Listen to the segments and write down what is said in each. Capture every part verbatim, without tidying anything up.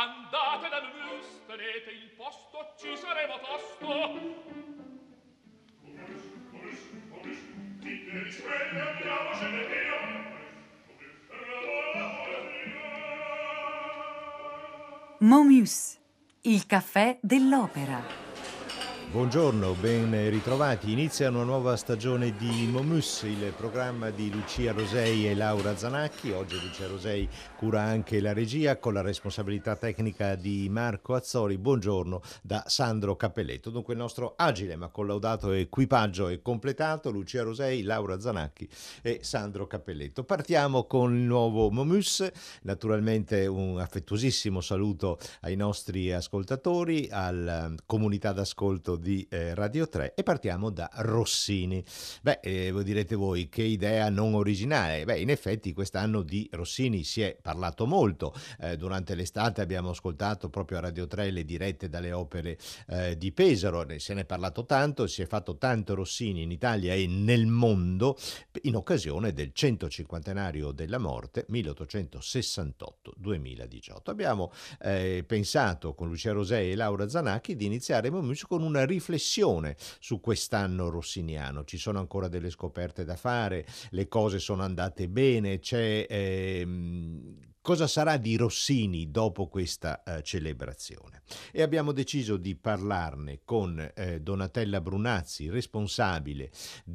andate dal mus, tenete il posto, ci saremo tosto. Momus, il caffè dell'opera. Buongiorno, ben ritrovati. Inizia una nuova stagione di Momus, il programma di Lucia Rosei e Laura Zanacchi. Oggi Lucia Rosei cura anche la regia con la responsabilità tecnica di Marco Azzori. Buongiorno da Sandro Cappelletto. Dunque il nostro agile ma collaudato equipaggio è completato. Lucia Rosei, Laura Zanacchi e Sandro Cappelletto. Partiamo con il nuovo Momus. Naturalmente un affettuosissimo saluto ai nostri ascoltatori, alla comunità d'ascolto di eh, Radio tre, e partiamo da Rossini. Beh, eh, voi direte voi, che idea non originale. Beh, in effetti quest'anno di Rossini si è parlato molto. Eh, durante l'estate abbiamo ascoltato proprio a Radio tre le dirette dalle opere eh, di Pesaro, ne se ne è parlato tanto, si è fatto tanto Rossini in Italia e nel mondo in occasione del centocinquantenario della morte, milleottocentosessantotto duemiladiciotto. Abbiamo eh, pensato con Lucia Rosei e Laura Zanacchi di iniziare Momus con una riflessione su quest'anno rossiniano. Ci sono ancora delle scoperte da fare, le cose sono andate bene, c'è ehm, cosa sarà di Rossini dopo questa eh, celebrazione? E abbiamo deciso di parlarne con eh, Donatella Brunazzi, responsabile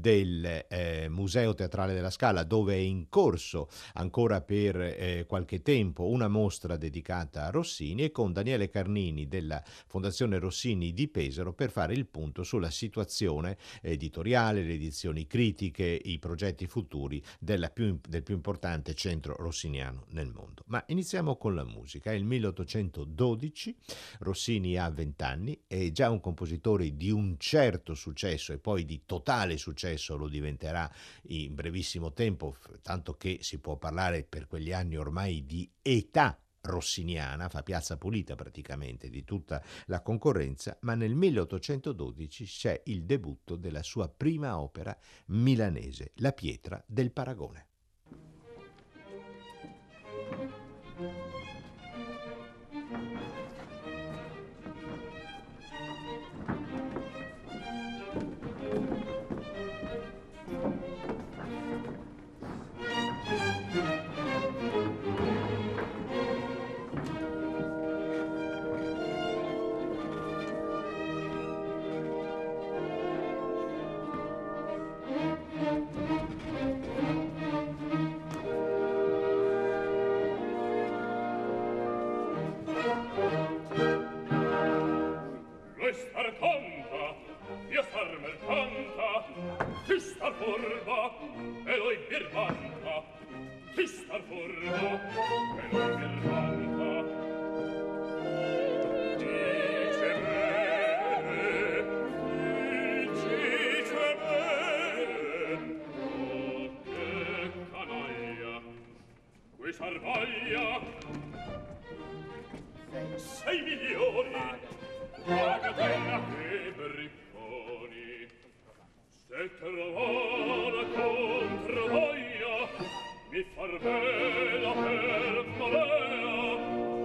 del eh, Museo Teatrale della Scala, dove è in corso ancora per eh, qualche tempo una mostra dedicata a Rossini, e con Daniele Carnini della Fondazione Rossini di Pesaro per fare il punto sulla situazione editoriale, le edizioni critiche, i progetti futuri della più, del più importante centro rossiniano nel mondo. Ma iniziamo con la musica. È il milleottocentododici, Rossini ha venti anni, è già un compositore di un certo successo e poi di totale successo lo diventerà in brevissimo tempo, tanto che si può parlare per quegli anni ormai di età rossiniana, fa piazza pulita praticamente di tutta la concorrenza. Ma nel milleottocentododici c'è il debutto della sua prima opera milanese, La pietra del paragone. Sei milioni, pagatela che bricconi, se trovare contro voglia, mi far bella per malea.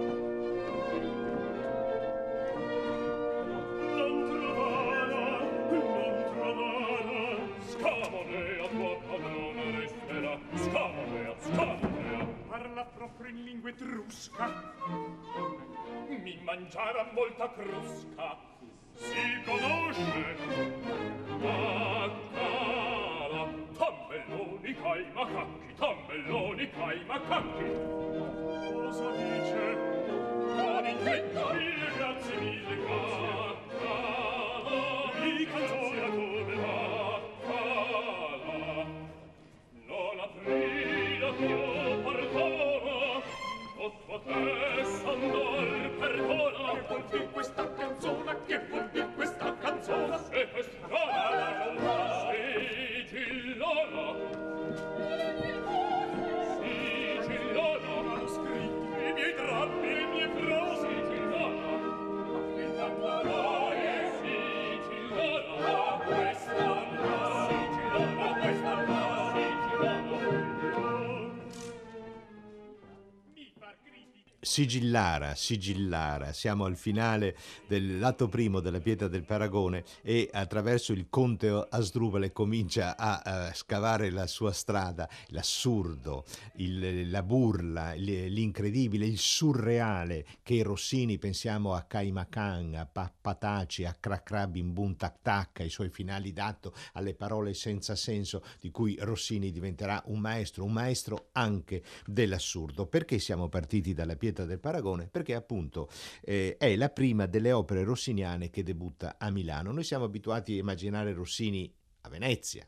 Non trovara, non trovara, scamone a tua padrona resterà, scamone a scamone. Parla proprio in lingua etrusca, mi mangiara molta crusca, si conosce a cara, tambelloni cai macacchi, tambelloni cai macacchi. Cosa dice? Non intendo. Mille grazie, mille grazie. Mi canzona come va, cala. Non aprire più portona, o tua testa andar perdona. Che vuol dir questa canzona? Che vuol dir questa canzona? Se è strana la canzona, sigillona, sigillona. Manoscritti, i miei drammi Sigillara, Sigillara, siamo al finale dell'atto primo della Pietra del Paragone e attraverso il conte Asdrubale comincia a, a scavare la sua strada, l'assurdo, il, la burla, l'incredibile, il surreale che Rossini, pensiamo a Caimacan, a Pataci, a Cracra Bim Bum Tac Tac, ai suoi finali d'atto, alle parole senza senso di cui Rossini diventerà un maestro, un maestro anche dell'assurdo. Perché siamo partiti dalla Pietra del Paragone? Perché appunto eh, è la prima delle opere rossiniane che debutta a Milano. Noi siamo abituati a immaginare Rossini a Venezia,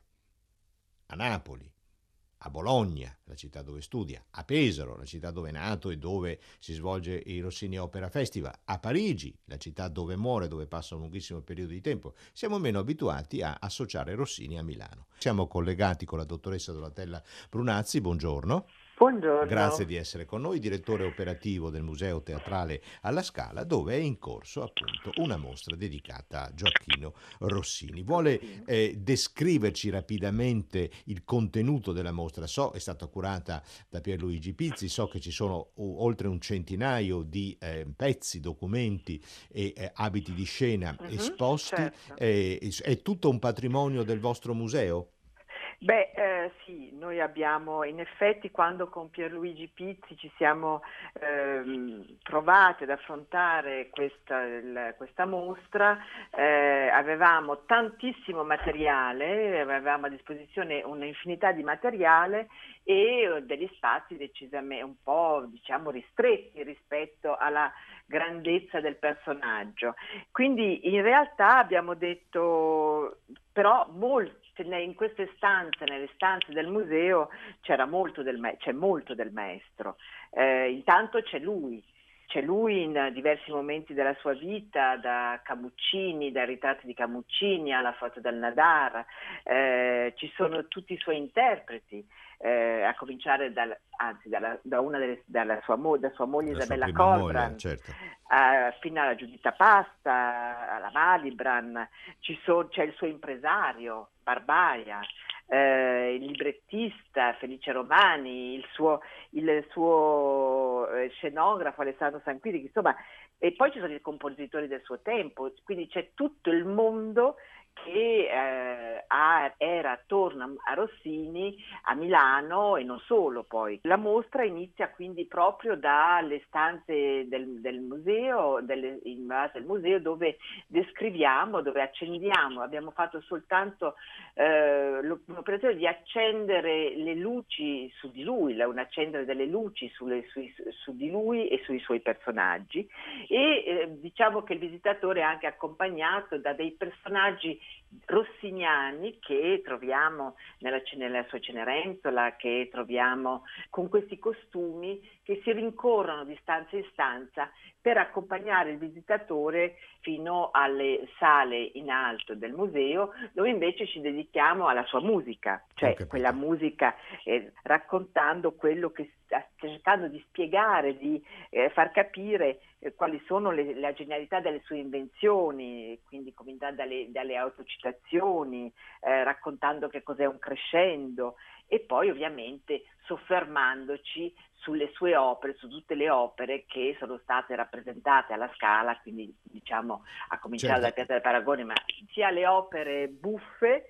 a Napoli, a Bologna, la città dove studia, a Pesaro, la città dove è nato e dove si svolge il Rossini Opera Festival, a Parigi, la città dove muore, dove passa un lunghissimo periodo di tempo. Siamo meno abituati a associare Rossini a Milano. Siamo collegati con la dottoressa Donatella Brunazzi, buongiorno. Buongiorno. Grazie di essere con noi, direttore operativo del Museo Teatrale alla Scala, dove è in corso appunto una mostra dedicata a Gioacchino Rossini. Vuole eh, descriverci rapidamente il contenuto della mostra? So è stata curata da Pierluigi Pizzi, so che ci sono uh, oltre un centinaio di eh, pezzi, documenti e eh, abiti di scena mm-hmm, esposti. Certo. Eh, è tutto un patrimonio del vostro museo? Beh, eh, sì, noi abbiamo, in effetti quando con Pierluigi Pizzi ci siamo ehm, trovati ad affrontare questa, il, questa mostra, eh, avevamo tantissimo materiale, avevamo a disposizione un'infinità di materiale e degli spazi decisamente un po', diciamo, ristretti rispetto alla grandezza del personaggio. Quindi in realtà abbiamo detto, però molto, in queste stanze, nelle stanze del museo c'era molto del ma- c'è molto del maestro. Eh, intanto c'è lui, c'è lui in diversi momenti della sua vita, da Camuccini, dai ritratti di Camuccini alla foto del Nadar, eh, ci sono tutti i suoi interpreti, eh, a cominciare dal, anzi dalla, da una delle, dalla sua, mo- da sua moglie la Isabella Colbran, certo. eh, fino alla Giuditta Pasta, alla Malibran, ci so, c'è il suo impresario Barbaia, eh, il librettista Felice Romani, il suo, il suo eh, scenografo Alessandro Sanquiri, insomma, e poi ci sono i compositori del suo tempo, quindi c'è tutto il mondo che eh, ha, era attorno a Rossini a Milano e non solo poi. La mostra inizia quindi proprio dalle stanze del, del museo, delle, in base al museo, dove descriviamo, dove accendiamo, abbiamo fatto soltanto eh, l'operazione di accendere le luci su di lui, un accendere delle luci sulle, sui, su di lui e sui suoi personaggi e eh, diciamo che il visitatore è anche accompagnato da dei personaggi rossiniani che troviamo nella, nella sua Cenerentola, che troviamo con questi costumi che si rincorrono di stanza in stanza per accompagnare il visitatore fino alle sale in alto del museo, dove invece ci dedichiamo alla sua musica, cioè quella musica eh, raccontando quello che sta cercando di spiegare, di eh, far capire eh, quali sono le, la genialità delle sue invenzioni, quindi cominciando dalle, dalle autocitazioni, eh, raccontando che cos'è un crescendo e poi ovviamente soffermandoci sulle sue opere, su tutte le opere che sono state rappresentate alla Scala, quindi diciamo a cominciare certo. dalla Piazza del Paragone, ma sia le opere buffe,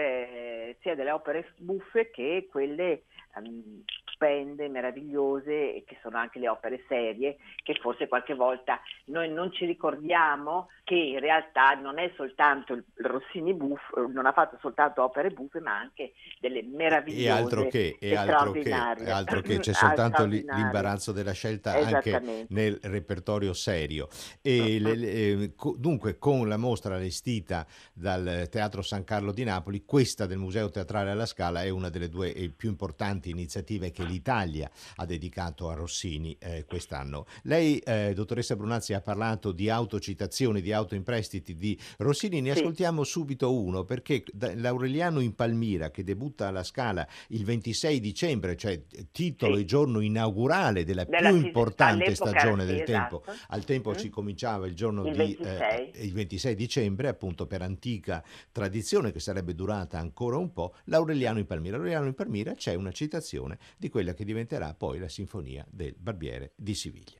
eh, sia delle opere buffe che quelle um, stupende, meravigliose e che sono anche le opere serie, che forse qualche volta noi non ci ricordiamo che in realtà non è soltanto il Rossini buffo, non ha fatto soltanto opere buffe, ma anche delle meravigliose e altro che, e altro che, e altro che c'è soltanto l'imbarazzo della scelta anche nel repertorio serio. E le, le, dunque con la mostra allestita dal Teatro San Carlo di Napoli, questa del Museo Teatrale alla Scala è una delle due più importanti iniziative che l'Italia ha dedicato a Rossini eh, quest'anno. Lei, eh, dottoressa Brunazzi, ha parlato di autocitazioni, di autoimprestiti di Rossini, ne sì. ascoltiamo subito uno, perché l'Aureliano in Palmira, che debutta alla Scala il ventisei dicembre, cioè titolo sì. e giorno inaugurale della, della più importante stagione del esatto. tempo. Al tempo mm. si cominciava il giorno il di ventisei. Eh, il ventisei dicembre, appunto per antica tradizione che sarebbe durata ancora un po', l'Aureliano in Palmira. L'Aureliano in Palmira c'è una citazione di quella che diventerà poi la Sinfonia del Barbiere di Siviglia.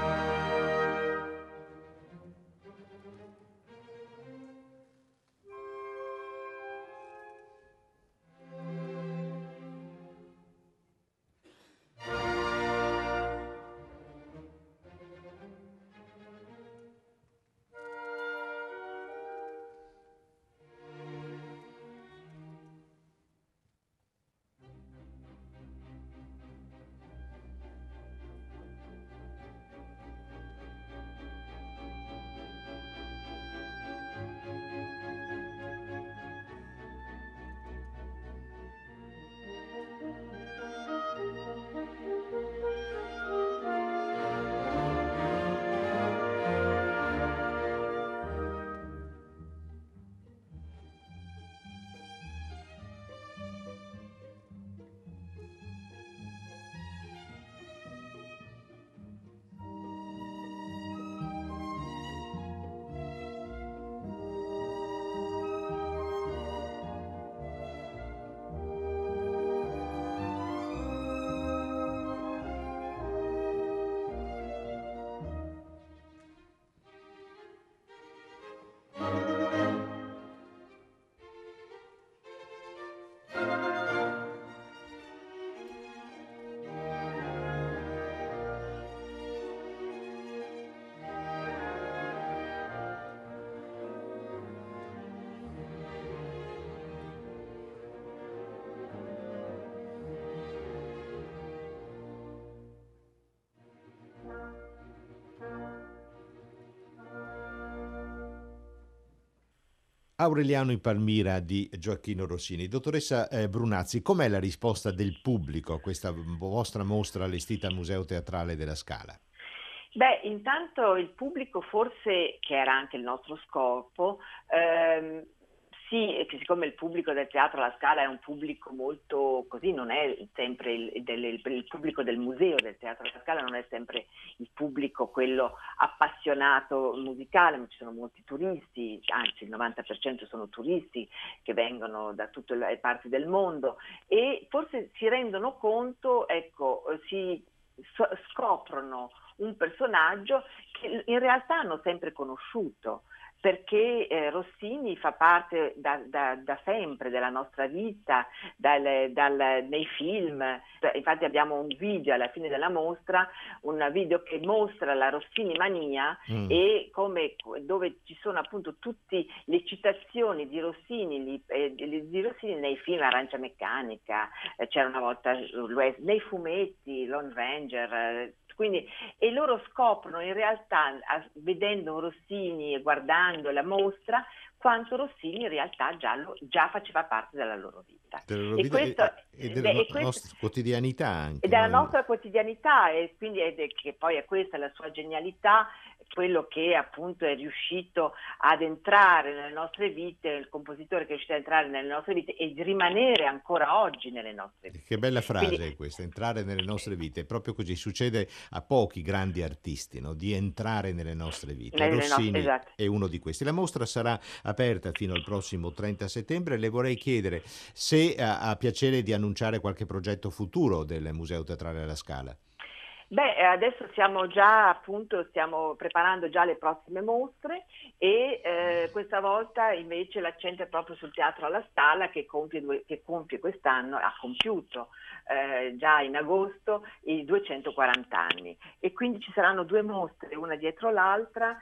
Aureliano in Palmira di Gioacchino Rossini. Dottoressa eh, Brunazzi, com'è la risposta del pubblico a questa vostra mostra allestita al Museo Teatrale della Scala? Beh, intanto il pubblico, forse, che era anche il nostro scopo, ehm, sì, che siccome il pubblico del Teatro alla Scala è un pubblico molto così, non è sempre il, del, il, il pubblico del museo del Teatro alla Scala non è sempre il pubblico quello appassionato musicale, ma ci sono molti turisti, anzi il novanta per cento sono turisti che vengono da tutte le parti del mondo e forse si rendono conto, ecco, si so, scoprono un personaggio che in realtà hanno sempre conosciuto, perché eh, Rossini fa parte da, da, da sempre della nostra vita, dal, dal, nei film. Infatti abbiamo un video alla fine della mostra, un video che mostra la Rossini mania mm. e come, dove ci sono appunto tutte le citazioni di Rossini, li, eh, di Rossini nei film Arancia Meccanica, eh, c'era una volta nei fumetti, Lone Ranger, eh, quindi, e loro scoprono in realtà, vedendo Rossini e guardando la mostra, quanto Rossini in realtà già, lo, già faceva parte della loro vita. Della loro vita e, questo, e, e della beh, no, questo, nostra quotidianità anche. E della no? nostra quotidianità, e quindi è de, che poi è questa la sua genialità, quello che appunto è riuscito ad entrare nelle nostre vite, il compositore che è riuscito ad entrare nelle nostre vite e di rimanere ancora oggi nelle nostre vite. Che bella frase Quindi, è questa, entrare nelle nostre vite, è proprio così, succede a pochi grandi artisti, no? Di entrare nelle nostre vite. Nelle Rossini nostre, esatto. è uno di questi. La mostra sarà aperta fino al prossimo trenta settembre, le vorrei chiedere se ha, ha piacere di annunciare qualche progetto futuro del Museo Teatrale alla Scala. Beh, adesso siamo già appunto, stiamo preparando già le prossime mostre e eh, questa volta invece l'accento è proprio sul Teatro alla Scala che compie, due, che compie quest'anno, ha compiuto eh, già in agosto i duecentoquaranta anni e quindi ci saranno due mostre, una dietro l'altra.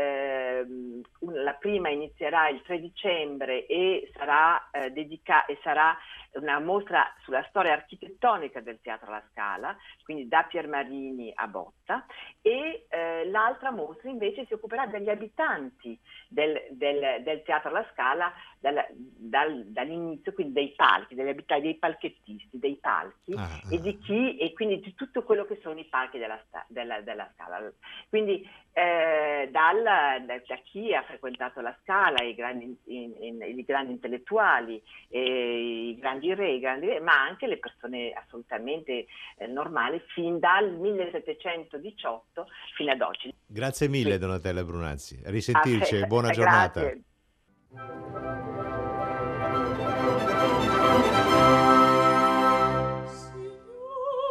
Eh, la prima inizierà il tre dicembre e sarà, eh, dedica- e sarà una mostra sulla storia architettonica del Teatro alla Scala, quindi da Piermarini a Botta, e eh, l'altra mostra invece si occuperà degli abitanti del, del, del Teatro alla Scala dal, dal, dall'inizio, quindi dei palchi, degli abitanti, dei palchettisti, dei palchi ah, e di chi e quindi di tutto quello che sono i palchi della, della, della Scala. Quindi eh, dal, da, da chi ha frequentato la Scala, i grandi, in, in, i grandi intellettuali, eh, i grandi re, i grandi re, ma anche le persone assolutamente eh, normali fin dal millesettecentodiciotto fino ad oggi. Grazie mille Donatella Brunazzi, a risentirci, ah, buona giornata. Grazie. Signore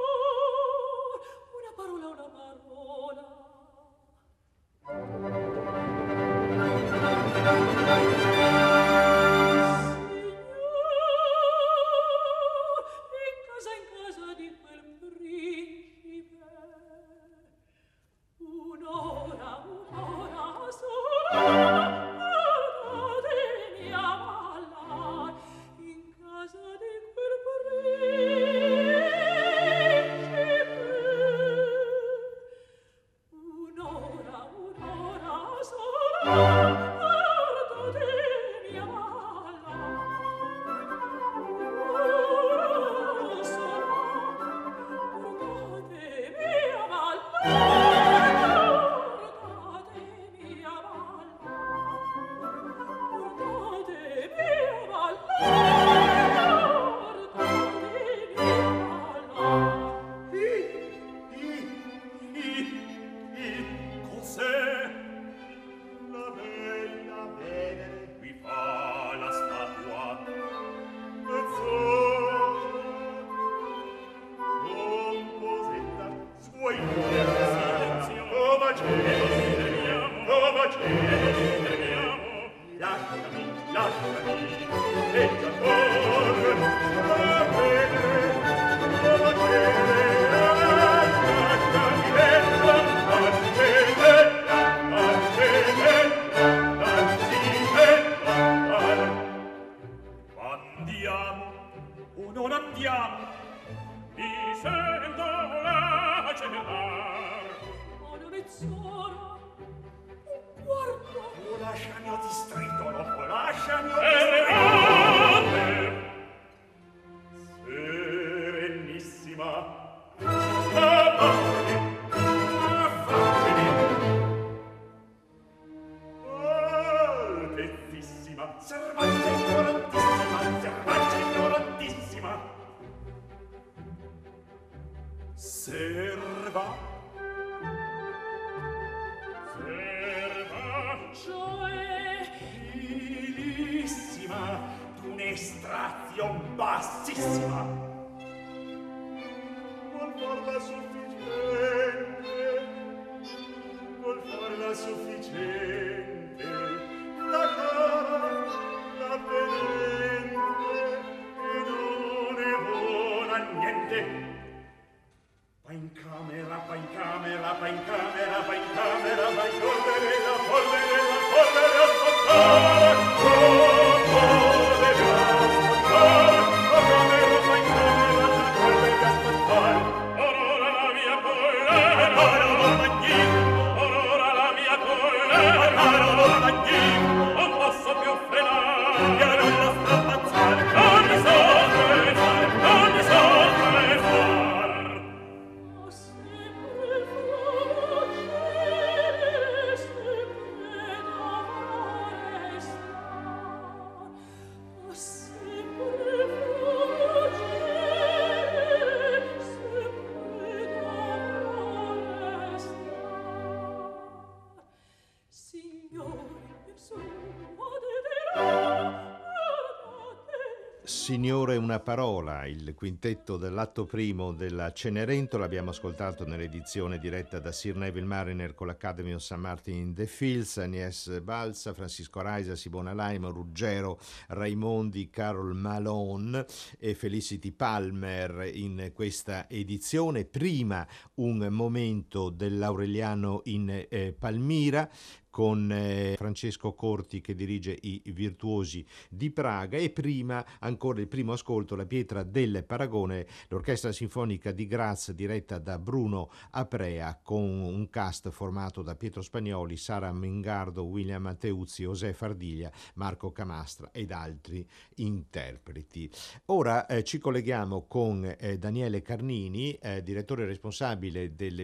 Signore una parola, il quintetto dell'atto primo della Cenerentola, abbiamo ascoltato nell'edizione diretta da Sir Neville Mariner con l'Academy of Saint Martin in the Fields, Agnès Balsa, Francisco Raisa, Sibona Laimo, Ruggero Raimondi, Carol Malone e Felicity Palmer in questa edizione. Prima un momento dell'Aureliano in eh, Palmira, con eh, Francesco Corti che dirige i Virtuosi di Praga, e prima ancora il primo ascolto, La pietra del paragone, l'orchestra sinfonica di Graz diretta da Bruno Aprea, con un cast formato da Pietro Spagnoli, Sara Mingardo, William Matteuzzi, José Fardiglia, Marco Camastra ed altri interpreti. Ora eh, ci colleghiamo con eh, Daniele Carnini, eh, direttore responsabile della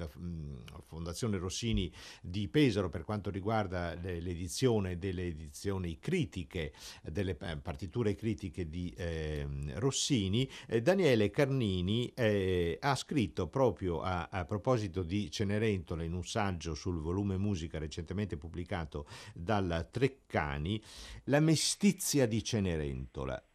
Fondazione Rossini di Pesaro per quanto riguarda l'edizione delle edizioni critiche, delle partiture critiche di eh, Rossini. eh, Daniele Carnini eh, ha scritto proprio a, a proposito di Cenerentola, in un saggio sul volume musica recentemente pubblicato dal Treccani, La mestizia di Cenerentola.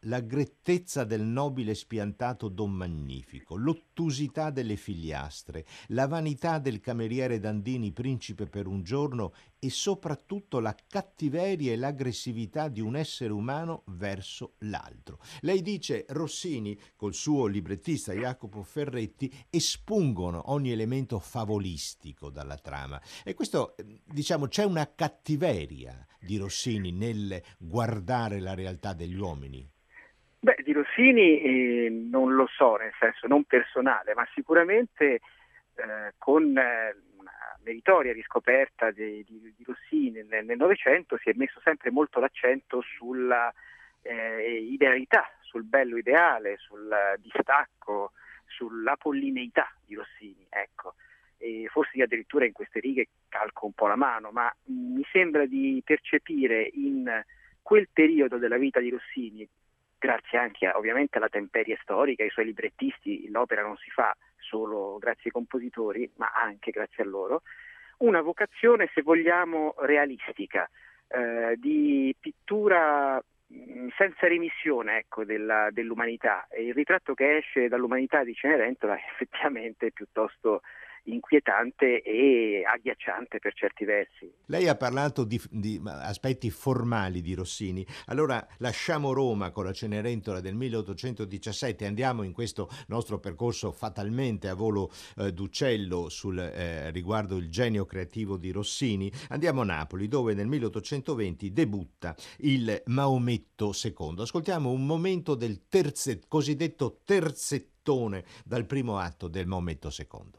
la grettezza del nobile spiantato Don Magnifico, l'ottusità delle figliastre, la vanità del cameriere Dandini principe per un giorno e soprattutto la cattiveria e l'aggressività di un essere umano verso l'altro. Lei dice Rossini, col suo librettista Jacopo Ferretti, espungono ogni elemento favolistico dalla trama. E questo, diciamo, c'è una cattiveria di Rossini nel guardare la realtà degli uomini. Beh, di Rossini eh, non lo so, nel senso non personale, ma sicuramente eh, con eh, una meritoria riscoperta di, di, di Rossini nel Novecento si è messo sempre molto l'accento sulla eh, idealità, sul bello ideale, sul distacco, sull'apollineità di Rossini, ecco. E forse addirittura in queste righe calco un po' la mano, ma mh, mi sembra di percepire in quel periodo della vita di Rossini, grazie anche a, ovviamente alla temperie storica, ai suoi librettisti, l'opera non si fa solo grazie ai compositori, ma anche grazie a loro, una vocazione, se vogliamo, realistica, eh, di pittura mh, senza remissione, ecco, della, dell'umanità. E il ritratto che esce dall'umanità di Cenerentola è effettivamente piuttosto inquietante e agghiacciante per certi versi. Lei ha parlato di, di aspetti formali di Rossini, allora lasciamo Roma con la Cenerentola del milleottocentodiciassette e andiamo in questo nostro percorso fatalmente a volo eh, d'uccello sul, eh, riguardo il genio creativo di Rossini. Andiamo a Napoli, dove nel milleottocentoventi debutta il Maometto secondo. Ascoltiamo un momento del terze, cosiddetto terzettone dal primo atto del Maometto secondo.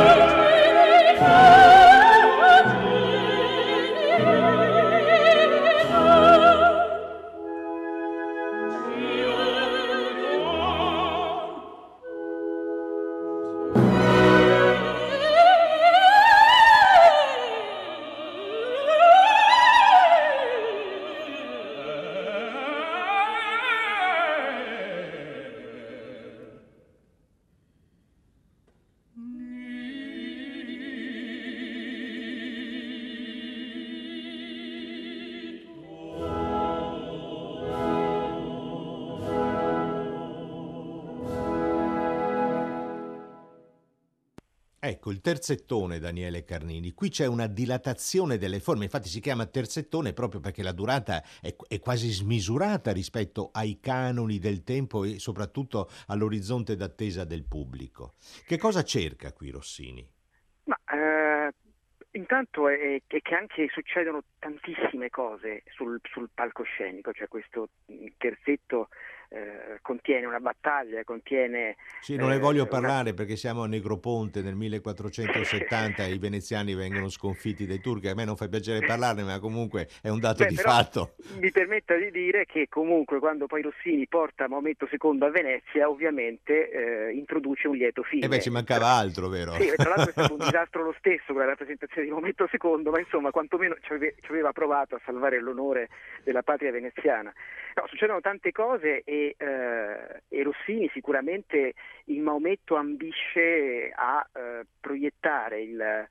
Ecco, il terzettone, Daniele Carnini. Qui c'è una dilatazione delle forme, infatti si chiama terzettone proprio perché la durata è, è quasi smisurata rispetto ai canoni del tempo e soprattutto all'orizzonte d'attesa del pubblico. Che cosa cerca qui Rossini? Ma eh, intanto è che, che anche succedono tantissime cose sul, sul palcoscenico, cioè questo terzetto eh, contiene una battaglia, contiene... Sì, non ne voglio eh, parlare una... perché siamo a Negroponte nel millequattrocentosettanta e i veneziani vengono sconfitti dai turchi. A me non fa piacere parlarne, ma comunque è un dato Beh, di però fatto. Mi permetta di dire che comunque quando poi Rossini porta Maometto secondo a Venezia, ovviamente eh, introduce un lieto fine. E beh, ci mancava altro, vero? Sì, tra l'altro è stato un disastro lo stesso con la rappresentazione di Maometto secondo, ma insomma quantomeno ci ave- ci aveva provato a salvare l'onore della patria veneziana. No, succedono tante cose e, eh, e Rossini sicuramente in Maometto ambisce a eh, proiettare il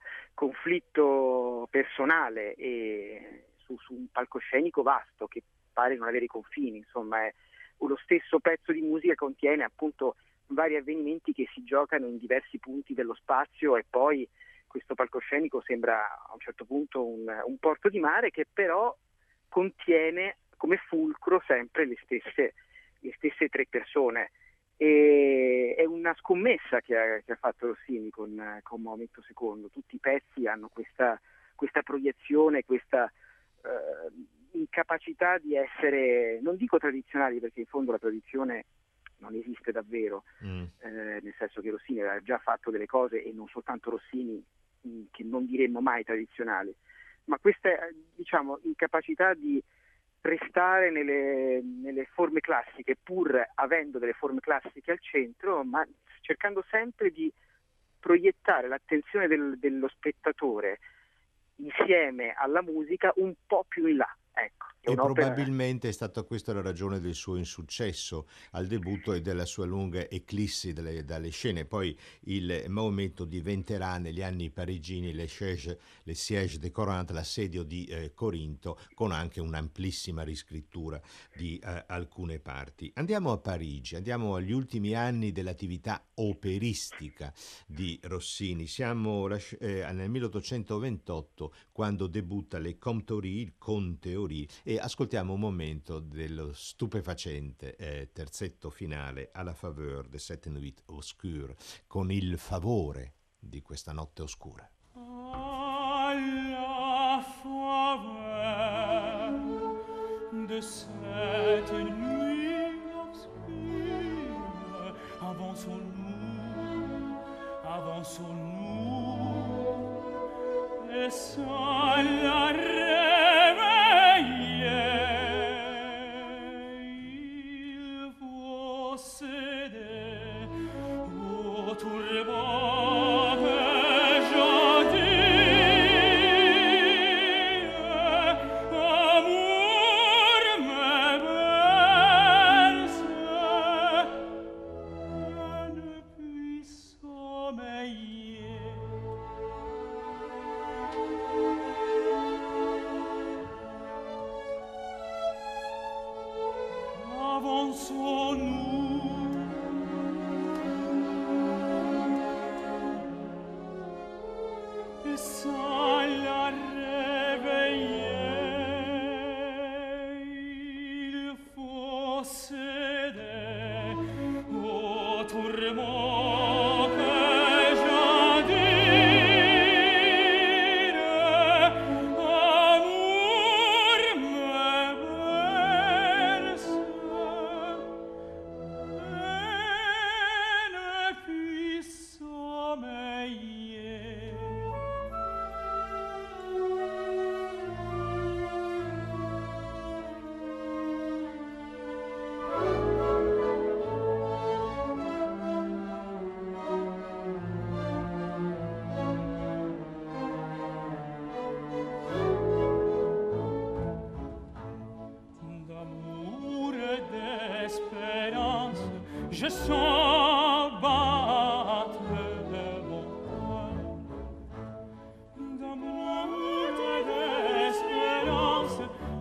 conflitto personale e su, su un palcoscenico vasto che pare non avere confini, insomma è lo stesso pezzo di musica contiene appunto vari avvenimenti che si giocano in diversi punti dello spazio e poi questo palcoscenico sembra a un certo punto un, un porto di mare che però contiene come fulcro sempre le stesse, le stesse tre persone. E è una scommessa che ha, che ha fatto Rossini con, con Maometto secondo. Tutti i pezzi hanno questa, questa proiezione, questa eh, incapacità di essere, non dico tradizionali perché in fondo la tradizione non esiste davvero, mm. eh, nel senso che Rossini aveva già fatto delle cose e non soltanto Rossini mh, che non diremmo mai tradizionali, ma questa diciamo incapacità di restare nelle, nelle forme classiche pur avendo delle forme classiche al centro, ma cercando sempre di proiettare l'attenzione del, dello spettatore insieme alla musica un po' più in là. Ecco, e probabilmente è stata questa la ragione del suo insuccesso al debutto e della sua lunga eclissi dalle, dalle scene. Poi il Maometto diventerà negli anni parigini le siège, le siège de Corinthe, l'assedio di eh, Corinto, con anche un'amplissima riscrittura di eh, alcune parti. Andiamo a Parigi, andiamo agli ultimi anni dell'attività operistica di Rossini. Siamo eh, nel milleottocentoventotto quando debutta Le Comptoirie, il Conteorie, e ascoltiamo un momento dello stupefacente eh, terzetto finale à la faveur de cette nuit oscure, con il favore di questa notte oscura. À la faveur de cette nuit obscure, avançons-nous, avançons-nous, et sans la yeah.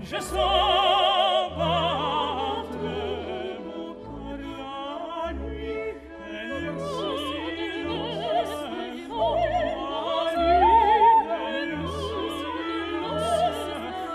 Je sens battre mon cœur la nuit et le silence, la nuit et le silence,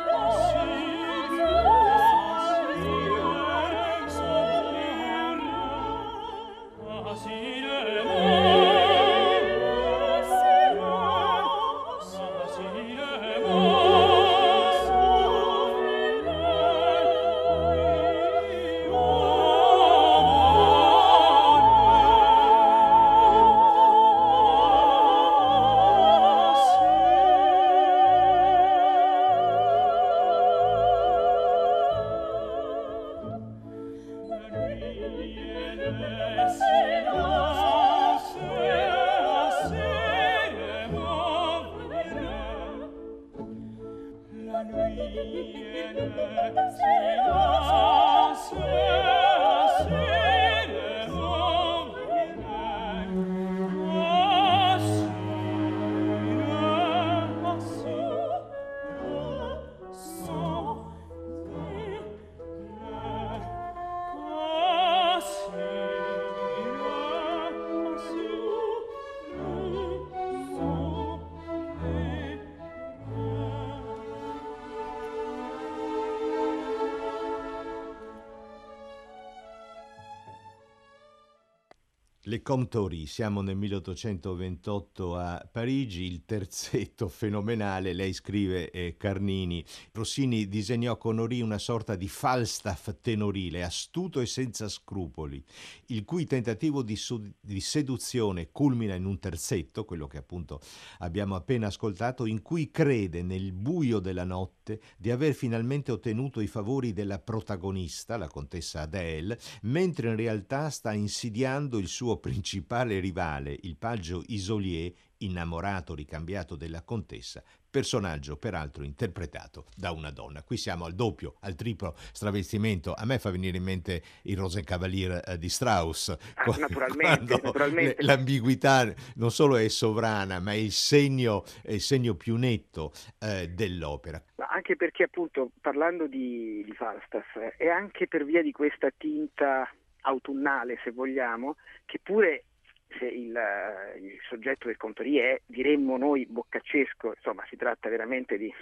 Le Comtori, siamo nel milleottocentoventotto a Parigi, il terzetto fenomenale, lei scrive eh, Carnini. Rossini disegnò con Horry una sorta di Falstaff tenorile, astuto e senza scrupoli, il cui tentativo di, su- di seduzione culmina in un terzetto, quello che appunto abbiamo appena ascoltato, in cui crede nel buio della notte di aver finalmente ottenuto i favori della protagonista, la contessa Adèle, mentre in realtà sta insidiando il suo principale rivale, il paggio Isolier, innamorato ricambiato della contessa, personaggio peraltro interpretato da una donna. Qui siamo al doppio, al triplo stravestimento. A me fa venire in mente il Rosenkavalier eh, di Strauss. Ah, naturalmente, naturalmente. L'ambiguità non solo è sovrana, ma è il segno, è il segno più netto eh, dell'opera. Ma anche perché appunto, parlando di, di Falstaff, è anche per via di questa tinta autunnale, se vogliamo, che pure se il, il soggetto del Comtori è, diremmo noi, boccaccesco, insomma si tratta veramente di,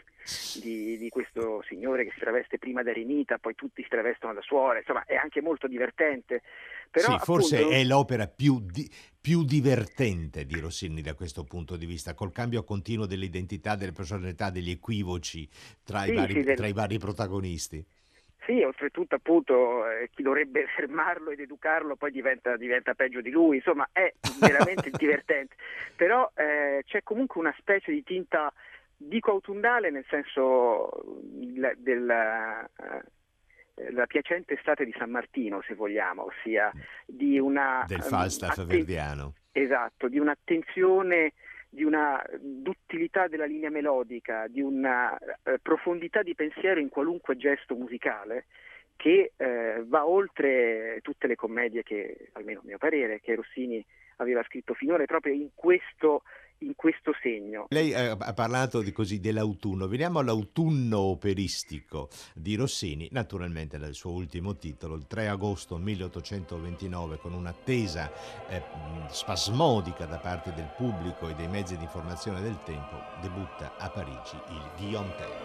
di, di questo signore che si traveste prima da eremita, poi tutti si travestono da suore, insomma è anche molto divertente. Però, sì, forse appunto, è l'opera più, di, più divertente di Rossini da questo punto di vista, col cambio continuo dell'identità, delle personalità, degli equivoci tra, sì, i, vari, sì, del... tra i vari protagonisti. Sì, oltretutto appunto eh, chi dovrebbe fermarlo ed educarlo poi diventa, diventa peggio di lui, insomma è veramente divertente, però eh, c'è comunque una specie di tinta, dico autunnale nel senso il, del, eh, la piacente estate di San Martino, se vogliamo, ossia di una... Del Falstaff um, atten- verdiano. Esatto, di un'attenzione, di una duttilità della linea melodica, di una eh, profondità di pensiero in qualunque gesto musicale che eh, va oltre tutte le commedie che, almeno a mio parere, che Rossini aveva scritto finora, proprio in questo, in questo segno. Lei eh, ha parlato di così dell'autunno, veniamo all'autunno operistico di Rossini, naturalmente dal suo ultimo titolo, il tre agosto milleottocentoventinove, con un'attesa eh, spasmodica da parte del pubblico e dei mezzi di informazione del tempo, debutta a Parigi il Guillaume Tell.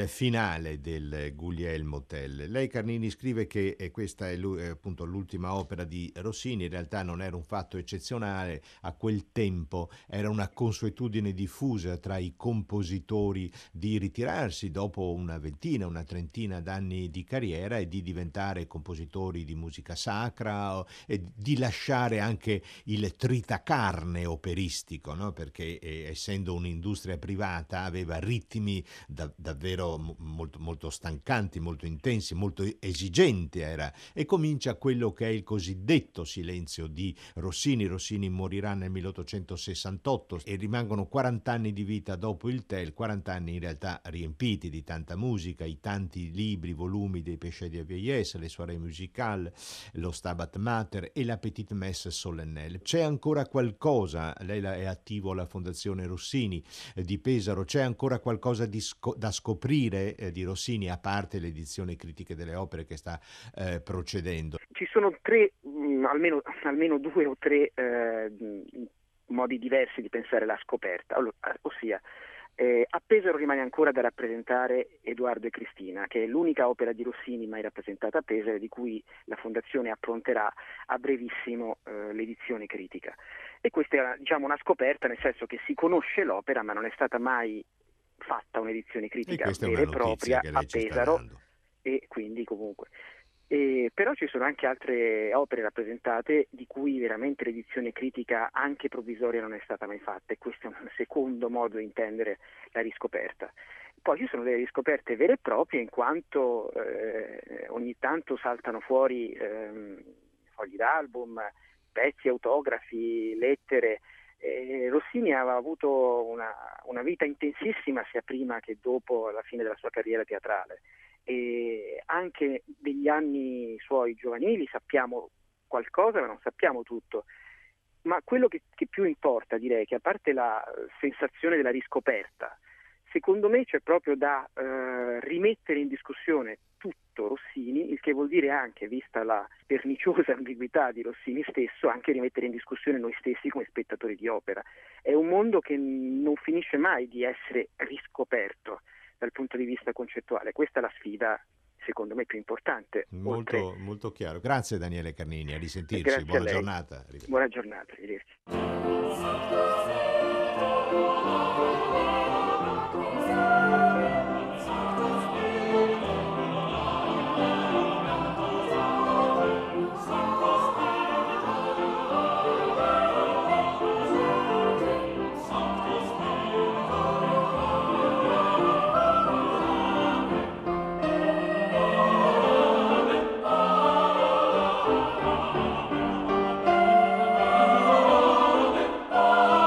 il finale del Guglielmo Tell. Lei, Carnini, scrive che eh, questa è lu- eh, appunto l'ultima opera di Rossini. In realtà non era un fatto eccezionale, a quel tempo era una consuetudine diffusa tra i compositori di ritirarsi dopo una ventina, una trentina d'anni di carriera e di diventare compositori di musica sacra o- e di lasciare anche il tritacarne operistico, no? Perché eh, essendo un'industria privata aveva ritmi da- davvero mo- molto, molto stancanti, molto intensi, molto esigenti era, e comincia quello che è il cosiddetto silenzio di Rossini. Rossini morirà nel milleottocentosessantotto e rimangono quaranta anni di vita dopo il Tell, quaranta anni in realtà riempiti di tanta musica, i tanti libri, volumi dei Péchés de vieillesse, le soirée musicales, lo Stabat Mater e la Petite Messe solennelle. C'è ancora qualcosa, lei la- è attivo alla Fondazione Rossini eh, di Pesaro, c'è ancora qualcosa di sco- da scoprire eh, di Rossini, a parte le edizioni critiche delle opere che sta eh, procedendo? Ci sono tre, mh, almeno, almeno due o tre eh, mh, modi diversi di pensare la scoperta, Allo- ossia eh, a Pesaro rimane ancora da rappresentare Edoardo e Cristina, che è l'unica opera di Rossini mai rappresentata a Pesaro, di cui la Fondazione appronterà a brevissimo eh, l'edizione critica. E questa è, diciamo, una scoperta, nel senso che si conosce l'opera ma non è stata mai fatta un'edizione E critica questa è vera una e notizia propria che a lei ci sta Pesaro, dando. e quindi comunque. E, però ci sono anche altre opere rappresentate di cui veramente l'edizione critica anche provvisoria non è stata mai fatta, e questo è un secondo modo di intendere la riscoperta. Poi ci sono delle riscoperte vere e proprie, in quanto eh, ogni tanto saltano fuori ehm, fogli d'album, pezzi, autografi, lettere. Eh, Rossini aveva avuto una, una vita intensissima sia prima che dopo la fine della sua carriera teatrale, e anche degli anni suoi giovanili sappiamo qualcosa ma non sappiamo tutto. Ma quello che, che più importa, direi, che a parte la sensazione della riscoperta, secondo me c'è proprio da eh, rimettere in discussione tutto Rossini, il che vuol dire anche, vista la perniciosa ambiguità di Rossini stesso, anche rimettere in discussione noi stessi come spettatori di opera. È un mondo che non finisce mai di essere riscoperto dal punto di vista concettuale. Questa è la sfida, secondo me, più importante. Molto, oltre... molto chiaro. Grazie Daniele Carnini, a risentirci. Grazie Buona a lei. giornata. Arrivederci. Buona giornata, arrivederci. Oh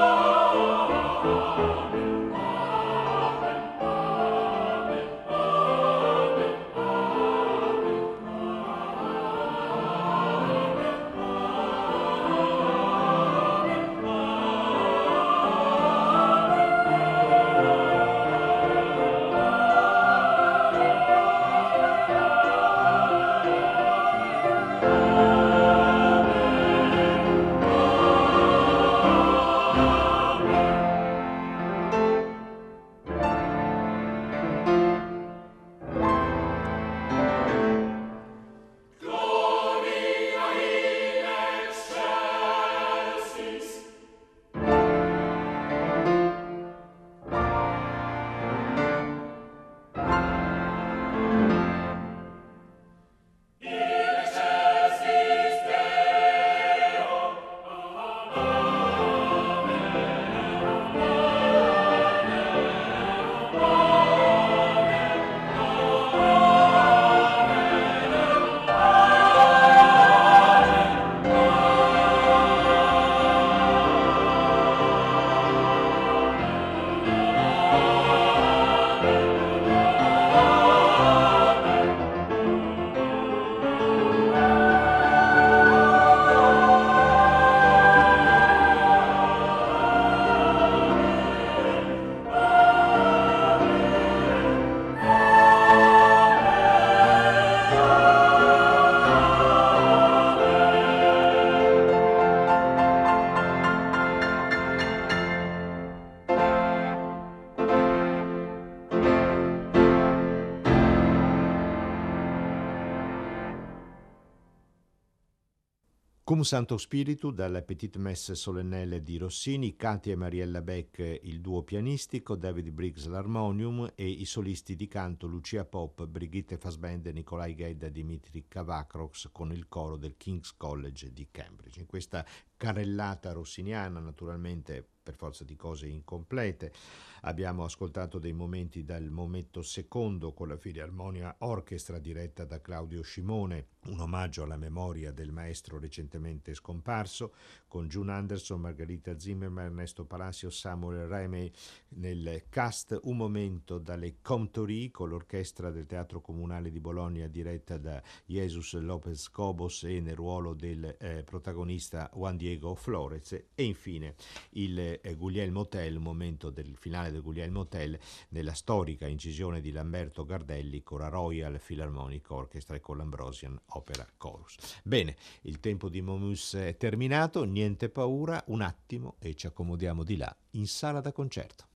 Cum Santo Spiritu dalla Petite Messe solennelle di Rossini, Katia e Mariella Beck il duo pianistico, David Briggs l'armonium e i solisti di canto Lucia Pop, Brigitte Fassbender, Nikolai Gedda e Dimitri Kavakroks con il coro del King's College di Cambridge. In questa carrellata rossiniana, naturalmente per forza di cose incomplete, abbiamo ascoltato dei momenti dal Momento secondo con la Filarmonia Orchestra diretta da Claudio Scimone, un omaggio alla memoria del maestro recentemente scomparso, con June Anderson, Margherita Zimmerman, Ernesto Palacio, Samuel Ramey nel cast. Un momento dalle Comtorie con l'orchestra del Teatro Comunale di Bologna diretta da Jesus Lopez Cobos e nel ruolo del eh, protagonista Juan Diego Flores, e infine il eh, Guglielmo Tell, un momento del finale del Guglielmo Tell nella storica incisione di Lamberto Gardelli con la Royal Philharmonic Orchestra e con l'Ambrosian Opera Chorus. Bene, il tempo di Momus è terminato, niente paura, un attimo e ci accomodiamo di là in sala da concerto.